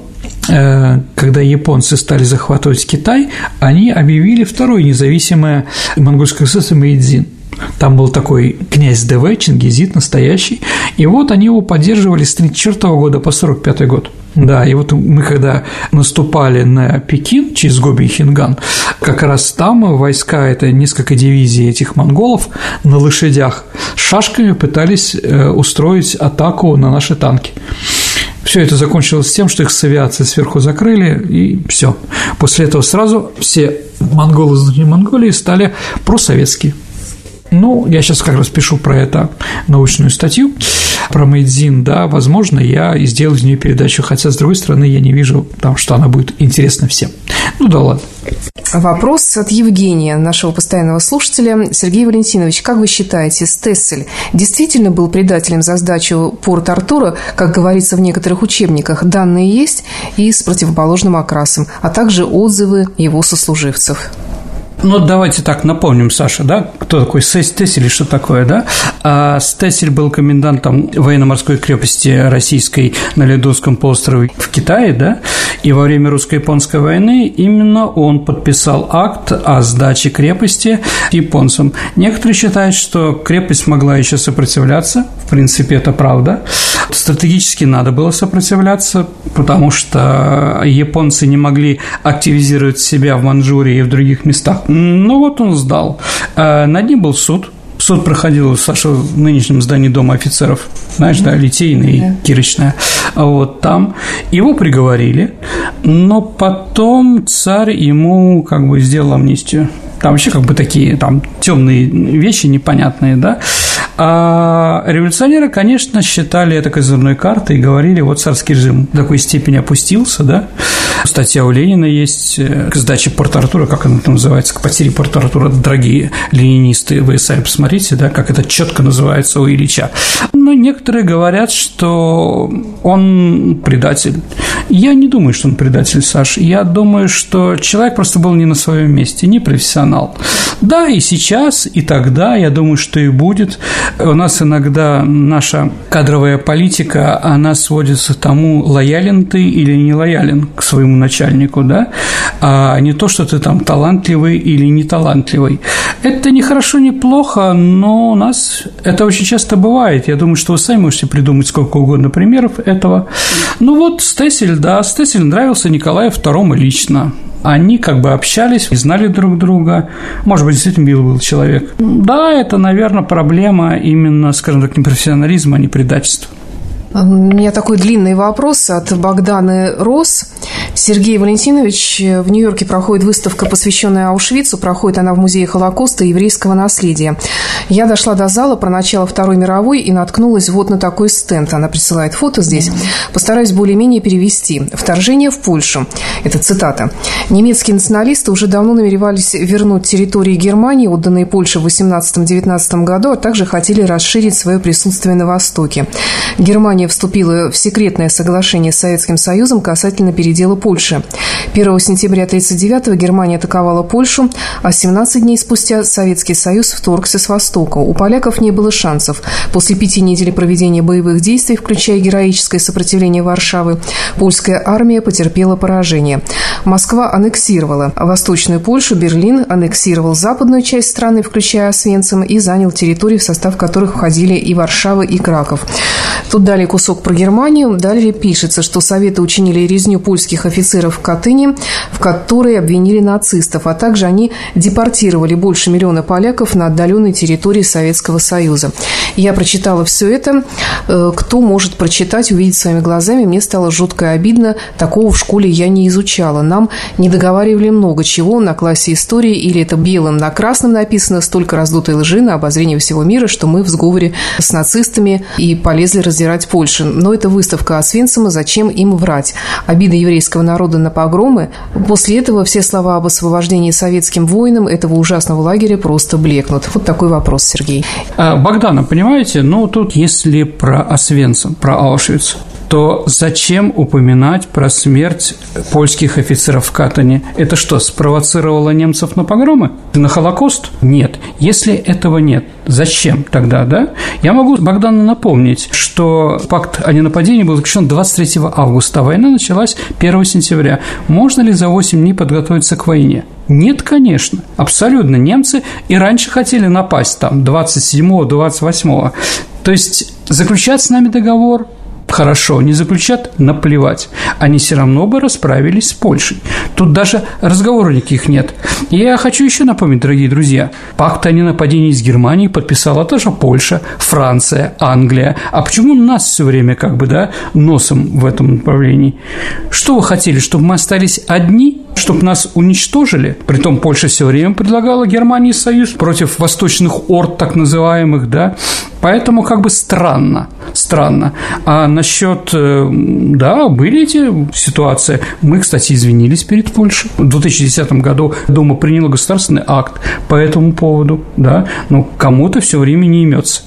когда японцы стали захватывать Китай, они объявили второе независимое монгольское государство Мэйдзин. Там был такой князь ДВ, чингизид настоящий, и вот они его поддерживали с 1934 года по 1945 год. Да, и вот мы, когда наступали на Пекин через Гоби и Хинган, как раз там войска, это несколько дивизий этих монголов на лошадях с шашками пытались устроить атаку на наши танки. Все это закончилось тем, что их с авиации сверху закрыли, и все. После этого сразу все монголы из внутренней Монголии стали просоветские. Ну, я сейчас как раз пишу про это научную статью, про Мэйдзин, да, возможно, я и сделаю из нее передачу, хотя, с другой стороны, я не вижу, там, что она будет интересна всем. Ну да ладно. Вопрос от Евгения, нашего постоянного слушателя. Сергей Валентинович, как вы считаете, Стессель действительно был предателем за сдачу Порт-Артура, как говорится в некоторых учебниках? Данные есть и с противоположным окрасом, а также отзывы его сослуживцев. Ну, давайте так напомним, Саша, да, кто такой Стессель и что такое, да? Стессель был комендантом военно-морской крепости российской на Ледовском полуострове в Китае, да, и во время русско-японской войны именно он подписал акт о сдаче крепости японцам. Некоторые считают, что крепость могла еще сопротивляться, в принципе, это правда. Стратегически надо было сопротивляться, потому что японцы не могли активизировать себя в Манчжурии и в других местах. Ну, вот он сдал. Над ним был суд. Суд проходил, Саша, в нынешнем здании Дома офицеров, знаешь, да, Литейная и Кирочная. Вот там его приговорили, но потом царь ему как бы сделал амнистию. Там вообще как бы такие там темные вещи непонятные, да. А революционеры, конечно, считали это козырной картой и говорили, вот царский режим до такой степени опустился, да. Статья у Ленина есть к сдаче Порт-Артура, как она там называется, к потере Порт-Артура, дорогие ленинисты, вы сами посмотрите, да, как это четко называется у Ильича. Но некоторые говорят, что он предатель. Я не думаю, что он предатель, Саш. Я думаю, что человек просто был не на своем месте, не профессионал. Да, и сейчас, и тогда, я думаю, что и будет. У нас иногда наша кадровая политика, она сводится к тому, лоялен ты или не лоялен к своему начальнику, да, а не то, что ты там талантливый или не талантливый. Это не хорошо, не плохо, но у нас это очень часто бывает. Я думаю, что вы сами можете придумать сколько угодно примеров этого. Ну вот Стессель, да, Стессель нравился Николаю II лично. Они как бы общались, знали друг друга. Может быть, действительно милый был человек. Да, это, наверное, проблема именно, скажем так, не профессионализма, а не предательства. У меня такой длинный вопрос от Богданы Рос. Сергей Валентинович, в Нью-Йорке проходит выставка, посвященная Аушвицу. Проходит она в Музее Холокоста и еврейского наследия. Я дошла до зала про начало Второй мировой и наткнулась вот на такой стенд. Она присылает фото здесь. Постараюсь более-менее перевести. «Вторжение в Польшу». Это цитата. «Немецкие националисты уже давно намеревались вернуть территории Германии, отданные Польше в 18-19 году, а также хотели расширить свое присутствие на Востоке. Германия вступила в секретное соглашение с Советским Союзом касательно передела Польши. 1 сентября 1939-го Германия атаковала Польшу, а 17 дней спустя Советский Союз вторгся с Востока. У поляков не было шансов. После 5 недель проведения боевых действий, включая героическое сопротивление Варшавы, польская армия потерпела поражение. Москва аннексировала Восточную Польшу, Берлин аннексировал западную часть страны, включая Освенцим, и занял территории, в состав которых входили и Варшава, и Краков». Тут далее кусок про Германию. Далее пишется, что Советы учинили резню польских офицеров в Катыни, в которой обвинили нацистов, а также они депортировали больше миллиона поляков на отдаленной территории Советского Союза. Я прочитала все это. Кто может прочитать, увидеть своими глазами? Мне стало жутко обидно. Такого в школе я не изучала. Нам не договаривали много чего на классе истории, или это белым на красном написано, столько раздутой лжи на обозрение всего мира, что мы в сговоре с нацистами и полезли раздирать Польшу. Но это выставка Освенцима, зачем им врать? Обида еврейского народа на погромы. После этого все слова об освобождении советским воинам этого ужасного лагеря просто блекнут. Вот такой вопрос, Сергей. Богдана, понимаете, тут если про Освенцим, про Аушвиц, то зачем упоминать про смерть польских офицеров в Катыни? Это что, спровоцировало немцев на погромы? На Холокост? Нет. Если этого нет, зачем тогда, да? Я могу Богдану напомнить, что пакт о ненападении был заключен 23 августа, а война началась 1 сентября. Можно ли за 8 дней подготовиться к войне? Нет, конечно, абсолютно. Немцы и раньше хотели напасть, там, 27-го, 28-го. То есть заключать с нами договор – хорошо, не заключат – наплевать. Они все равно бы расправились с Польшей. Тут даже разговоров никаких нет. И я хочу еще напомнить, дорогие друзья, пакт о ненападении с Германией подписала тоже Польша, Франция, Англия. А почему нас все время носом в этом направлении? Что вы хотели, чтобы мы остались одни? Чтобы нас уничтожили? Притом Польша все время предлагала Германии союз против восточных орд, так называемых, да? Поэтому странно. А насчет, были эти ситуации. Мы, кстати, извинились перед Польшей. В 2010 году Дума приняла государственный акт по этому поводу, да? Но кому-то все время не имется.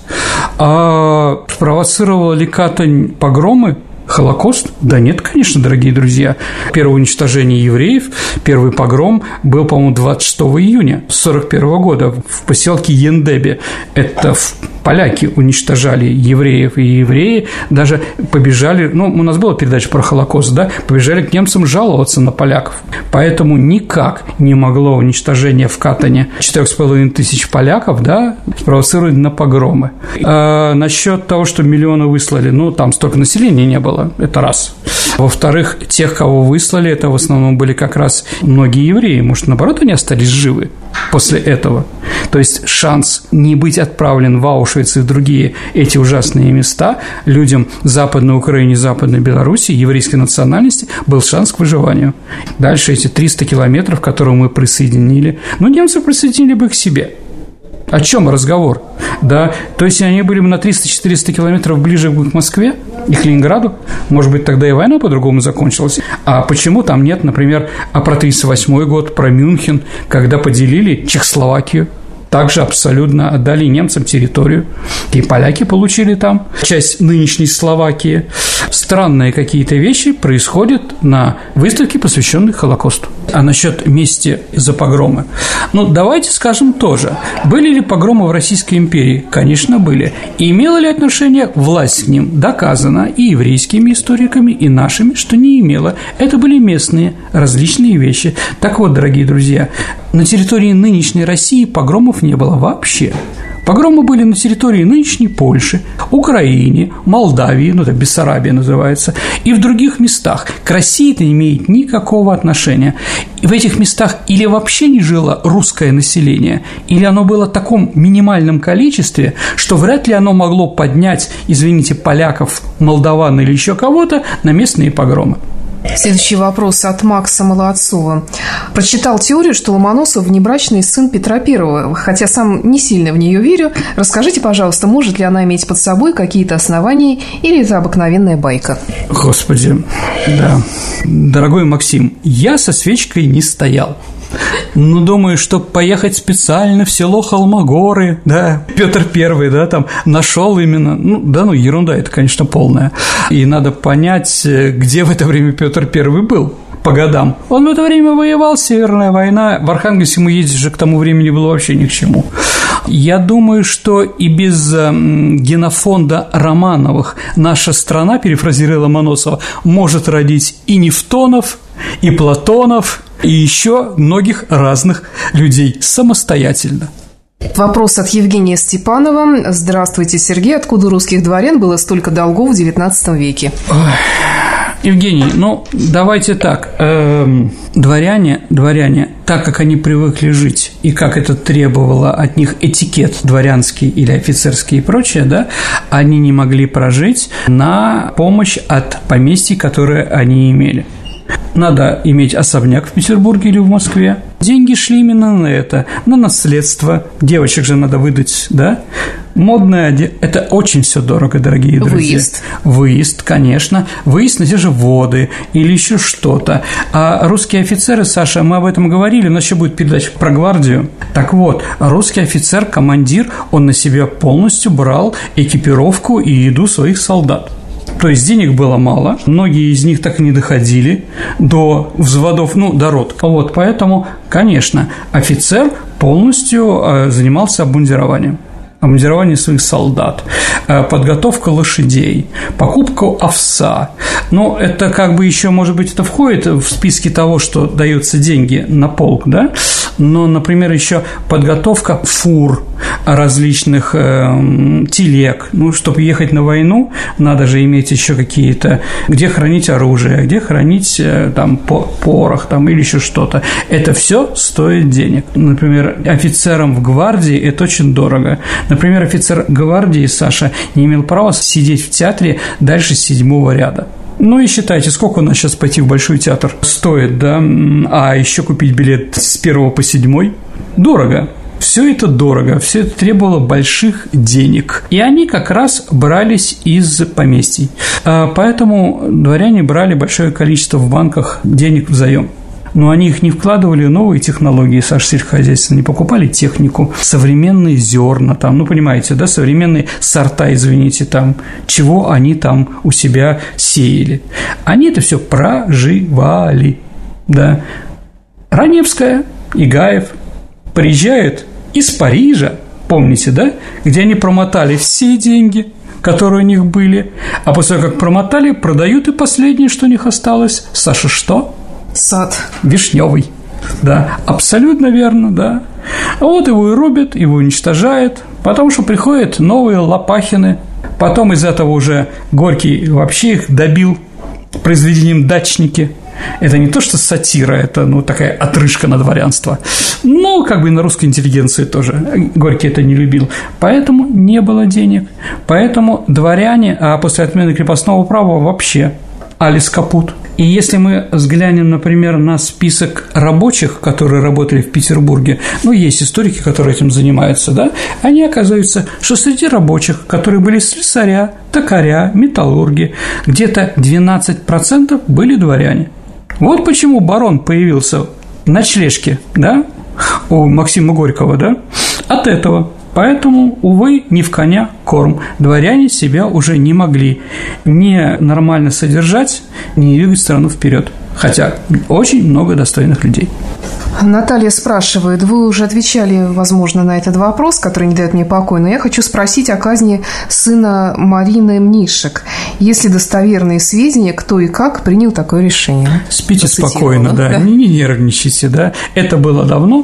А спровоцировала ли Катынь погромы? Холокост? Да нет, конечно, дорогие друзья. Первое уничтожение евреев, первый погром был, по-моему, 26 июня 1941 года в поселке Ендебе. Это поляки уничтожали евреев, и евреи даже побежали, у нас была передача про Холокост, да, побежали к немцам жаловаться на поляков. Поэтому никак не могло уничтожение в Катыни 4,5 тысяч поляков, да, спровоцировать на погромы. А насчет того, что миллионы выслали, там столько населения не было. Это раз. Во-вторых, тех, кого выслали, это в основном были как раз многие евреи. Может, наоборот, они остались живы после этого. То есть шанс не быть отправлен в Аушвиц и в другие эти ужасные места людям Западной Украины, Западной Белоруссии, еврейской национальности был шанс к выживанию. Дальше эти 300 километров, которые мы присоединили, немцы присоединили бы их к себе. О чем разговор? Да, то есть они были бы на 300-400 километров ближе к Москве и к Ленинграду, может быть, тогда и война по-другому закончилась. А почему там нет, например, про 1938 год, про Мюнхен, когда поделили Чехословакию? Также абсолютно отдали немцам территорию, и поляки получили там часть нынешней Словакии. Странные какие-то вещи происходят на выставке, посвященной Холокосту. А насчет мести за погромы? Давайте скажем тоже. Были ли погромы в Российской империи? Конечно, были. И имела ли отношение власть к ним? Доказано и еврейскими историками, и нашими, что не имела. Это были местные различные вещи. Так вот, дорогие друзья, на территории нынешней России погромов не было вообще. Погромы были на территории нынешней Польши, Украины, Молдавии, это Бессарабия называется, и в других местах. К России это не имеет никакого отношения. И в этих местах или вообще не жило русское население, или оно было в таком минимальном количестве, что вряд ли оно могло поднять, поляков, молдаван или еще кого-то на местные погромы. Следующий вопрос от Макса Молодцова. Прочитал теорию, что Ломоносов внебрачный сын Петра I, хотя сам не сильно в нее верю. Расскажите, пожалуйста, может ли она иметь под собой какие-то основания или это обыкновенная байка? Господи, да. Дорогой Максим, я со свечкой не стоял. Ну, думаю, что поехать специально в село Холмогоры, да, Петр I, да, там, нашел именно, ерунда, это, конечно, полная. И надо понять, где в это время Петр I был. По годам. Он в это время воевал, Северная война, в Архангельск ему ездить же к тому времени было вообще ни к чему. Я думаю, что и без генофонда Романовых наша страна, перефразируя Ломоносова, может родить и Нефтонов, и Платонов, и еще многих разных людей самостоятельно. Вопрос от Евгения Степанова. Здравствуйте, Сергей. Откуда у русских дворян было столько долгов в XIX веке? Евгений, давайте так. Дворяне, так как они привыкли жить, и как это требовало от них этикет дворянский или офицерский и прочее, да, они не могли прожить на помощь от поместий, которые они имели. Надо иметь особняк в Петербурге или в Москве. Деньги шли именно на это, на наследство. Девочек же надо выдать, да? Модная одежда. Это очень все дорого, дорогие друзья. Выезд, конечно. Выезд на те же воды или еще что-то. А русские офицеры, Саша, мы об этом говорили, у нас еще будет передача про гвардию. Так вот, русский офицер, командир, он на себя полностью брал экипировку и еду своих солдат. То есть денег было мало, многие из них так и не доходили до взводов, до рот. Вот, поэтому, конечно, офицер полностью занимался обмундированием своих солдат, подготовка лошадей, покупка овса. Это как бы еще, может быть, это входит в списки того, что даются деньги на полк, да? Но, например, еще подготовка фур различных телег. Чтобы ехать на войну, надо же иметь еще какие-то, где хранить оружие, где хранить там порох там, или еще что-то. Это все стоит денег. Например, офицерам в гвардии это очень дорого. Например, офицер гвардии, Саша, не имел права сидеть в театре дальше 7-го ряда. И считайте, сколько у нас сейчас пойти в Большой театр стоит, да, а еще купить билет с 1 по 7 дорого. Все это дорого, все это требовало больших денег. И они как раз брались из поместий. Поэтому дворяне брали большое количество в банках денег взаим. Но они их не вкладывали в новые технологии, Саш, сельскохозяйства, не покупали технику, современные зерна, там, понимаете, да, современные сорта, извините, там, чего они там у себя сеяли. Они это все проживали, да. Раневская и Гаев приезжают из Парижа, помните, да, где они промотали все деньги, которые у них были, а после того, как промотали, продают и последнее, что у них осталось. Саша, что? Сад. Вишневый. Да, абсолютно верно, да. Вот его и рубят, его уничтожают, потому что приходят новые Лопахины, потом из этого уже Горький вообще их добил произведением «Дачники». Это не то, что сатира, это, такая отрыжка на дворянство. Как бы и на русской интеллигенции тоже. Горький это не любил. Поэтому не было денег. Поэтому дворяне, а после отмены крепостного права вообще алис капут. И если мы взглянем, например, на список рабочих, которые работали в Петербурге, есть историки, которые этим занимаются, да, они оказываются, что среди рабочих, которые были слесаря, токаря, металлурги, где-то 12% были дворяне. Вот почему барон появился в ночлежке, да, у Максима Горького, да, от этого. Поэтому, увы, не в коня корм. Дворяне себя уже не могли ни нормально содержать, ни двигать страну вперед. Хотя очень много достойных людей. Наталья спрашивает, вы уже отвечали, возможно, на этот вопрос, который не дает мне покоя, но я хочу спросить о казни сына Марины Мнишек. Есть ли достоверные сведения, кто и как принял такое решение? Спите спокойно, да, не нервничайте, да. Это было давно.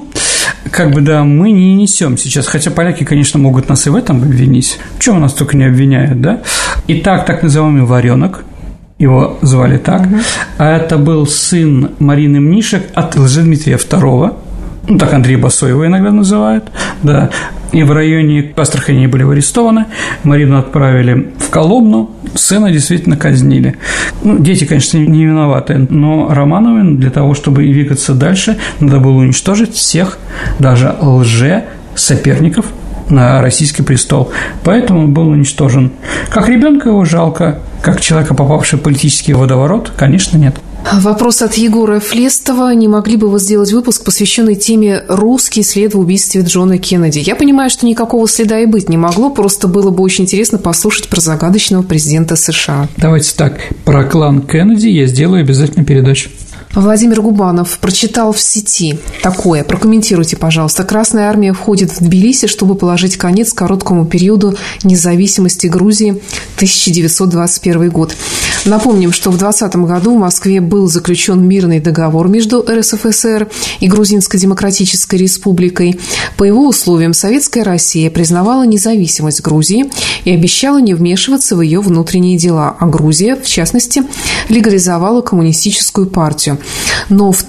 Мы не несем сейчас, хотя поляки, конечно, могут нас и в этом обвинить. В чем нас только не обвиняют, да? Итак, так называемый Варенок, его звали так, а это был сын Марины Мнишек от Лжедмитрия II, ну, так Андрея Басоева иногда называют, да, и в районе Астрахани они были арестованы, Марину отправили в Коломну, сына действительно казнили. Ну, дети, конечно, не виноваты, но Романовым для того, чтобы двигаться дальше, надо было уничтожить всех, даже лже-соперников на российский престол. Поэтому он был уничтожен. Как ребенка его жалко, как человека, попавшего в политический водоворот, конечно, нет. Вопрос от Егора Флестова. Не могли бы вы сделать выпуск, посвященный теме «Русский след в убийстве Джона Кеннеди»? Я понимаю, что никакого следа и быть не могло, просто было бы очень интересно послушать про загадочного президента США. Давайте так, про клан Кеннеди я сделаю обязательно передачу. Владимир Губанов прочитал в сети такое. Прокомментируйте, пожалуйста. Красная армия входит в Тбилиси, чтобы положить конец короткому периоду независимости Грузии 1921 год. Напомним, что в 2020 году в Москве был заключен мирный договор между РСФСР и Грузинской Демократической Республикой. По его условиям Советская Россия признавала независимость Грузии и обещала не вмешиваться в ее внутренние дела, а Грузия, в частности, легализовала коммунистическую партию. Но в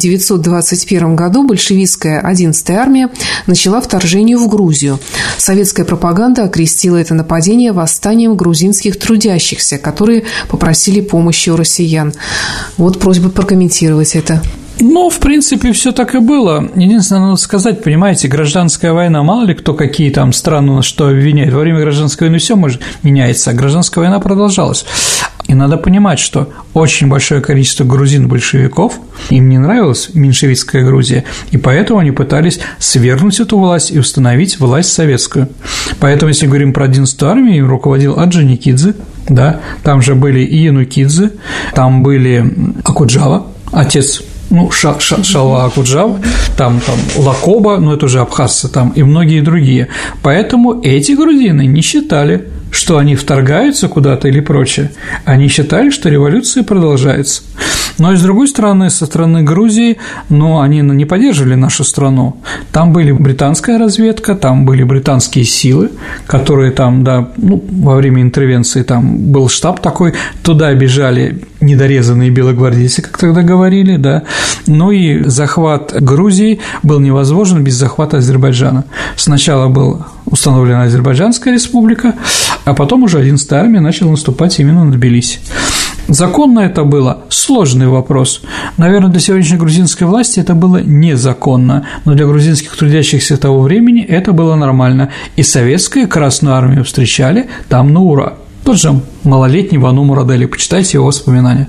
1921 году большевистская 11-я армия начала вторжение в Грузию. Советская пропаганда окрестила это нападение восстанием грузинских трудящихся, которые попросили помощи у россиян. Вот просьба прокомментировать это. Ну, в принципе, все так и было. Единственное, надо сказать, понимаете, гражданская война, мало ли кто какие там страны на что обвиняет. Во время гражданской войны все может меняется, а гражданская война продолжалась. И надо понимать, что очень большое количество грузин-большевиков, им не нравилась меньшевистская Грузия, и поэтому они пытались свергнуть эту власть и установить власть советскую. Поэтому, если говорим про 11-ю армию, им руководил Орджоникидзе, да, там же были и Янукидзе, там были Акуджава, отец, Шалва Акуджава, там Лакоба, это уже абхазцы там, и многие другие. Поэтому эти грузины не считали, что они вторгаются куда-то или прочее. Они считали, что революция продолжается. Но и с другой стороны, со стороны Грузии, они не поддерживали нашу страну. Там были британская разведка, там были британские силы, которые там, во время интервенции там был штаб такой, туда бежали недорезанные белогвардейцы, как тогда говорили, да. Ну и захват Грузии был невозможен без захвата Азербайджана. Сначала была установлена Азербайджанская республика, а потом уже 11-я армия начала наступать именно на Тбилиси. Законно это было? Сложный вопрос. Наверное, для сегодняшней грузинской власти это было незаконно, но для грузинских трудящихся того времени это было нормально. И советскую Красную армию встречали там на ура. Тот же малолетний Вану Мурадели, почитайте его воспоминания.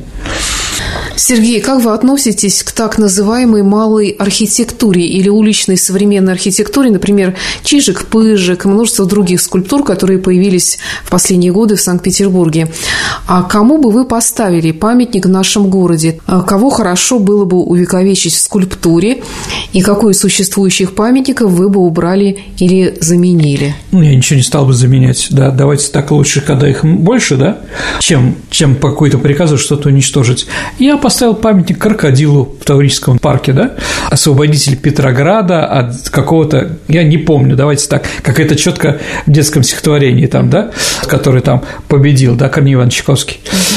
Сергей, как вы относитесь к так называемой малой архитектуре или уличной современной архитектуре, например, Чижик-Пыжик и множество других скульптур, которые появились в последние годы в Санкт-Петербурге? А кому бы вы поставили памятник в нашем городе? Кого хорошо было бы увековечить в скульптуре? И какой из существующих памятников вы бы убрали или заменили? Я ничего не стал бы заменять, да, давайте так лучше, когда их больше, да, чем по какой-то приказу что-то уничтожить. Я поставил памятник крокодилу в Таврическом парке, да, освободитель Петрограда от какого-то, я не помню, давайте так, как это четко в детском стихотворении там, да, который там победил, да, Корней Иванович Чайковский.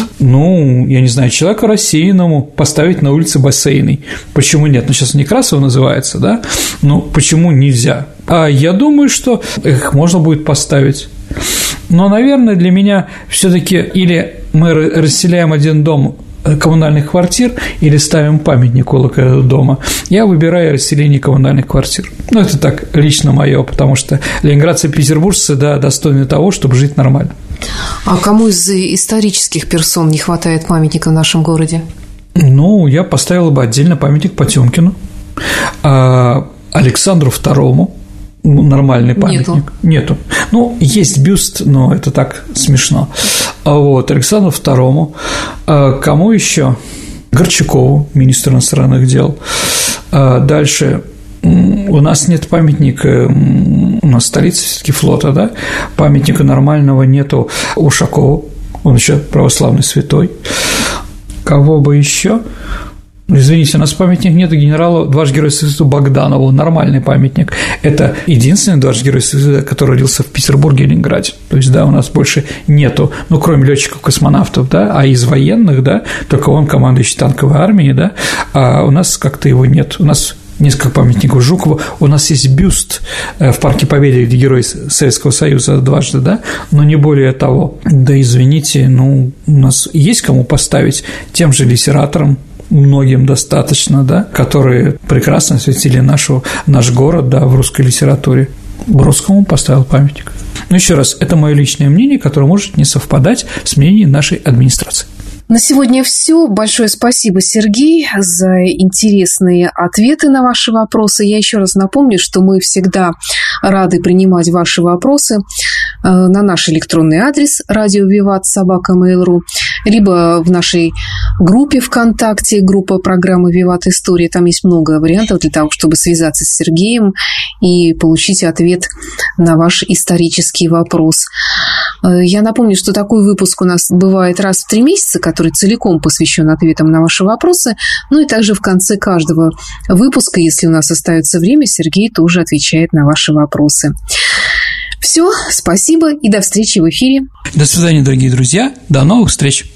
Я не знаю, человеку рассеянному поставить на улице Бассейной. Почему нет? Сейчас Некрасов называется, да, почему нельзя? А я думаю, что их можно будет поставить. Но, наверное, для меня все-таки или мы расселяем один дом коммунальных квартир или ставим памятник около этого дома. Я выбираю расселение коммунальных квартир. Это так, лично мое, потому что ленинградцы и петербуржцы, да, достойны того, чтобы жить нормально. А кому из исторических персон не хватает памятника в нашем городе? Я поставила бы отдельно памятник Потёмкину, Александру II. Нормальный памятник. Нету. Есть бюст, но это так смешно. Александру II. Кому еще? Горчакову, министру иностранных дел. Дальше. У нас нет памятника, у нас столица все-таки флота, да? Памятника нормального нету Ушакову, он еще православный святой. Кого бы еще? Извините, у нас памятник нет генералу дважды Герою Союза Богданову, нормальный памятник. Это единственный дважды Герой Союза, который родился в Петербурге и Ленинграде. То есть, да, у нас больше нету, кроме летчиков-космонавтов, да, а из военных, да, только он командующий танковой армией, да, а у нас как-то его нет. У нас несколько памятников Жукову. У нас есть бюст в Парке Победы, где герой Советского Союза дважды, да, но не более того. Да извините, у нас есть кому поставить тем же литераторам, многим достаточно, да, которые прекрасно осветили наш город, да, в русской литературе. Бродскому поставил памятник. Но еще раз, это мое личное мнение, которое может не совпадать с мнением нашей администрации. На сегодня все. Большое спасибо, Сергей, за интересные ответы на ваши вопросы. Я еще раз напомню, что мы всегда рады принимать ваши вопросы на наш электронный адрес radiovivat@mail.ru, либо в нашей группе ВКонтакте, группа программы «Виват История». Там есть много вариантов для того, чтобы связаться с Сергеем и получить ответ на ваш исторический вопрос. Я напомню, что такой выпуск у нас бывает раз в 3 месяца, который целиком посвящен ответам на ваши вопросы. Ну и также в конце каждого выпуска, если у нас остается время, Сергей тоже отвечает на ваши вопросы. Все, спасибо и до встречи в эфире. До свидания, дорогие друзья. До новых встреч.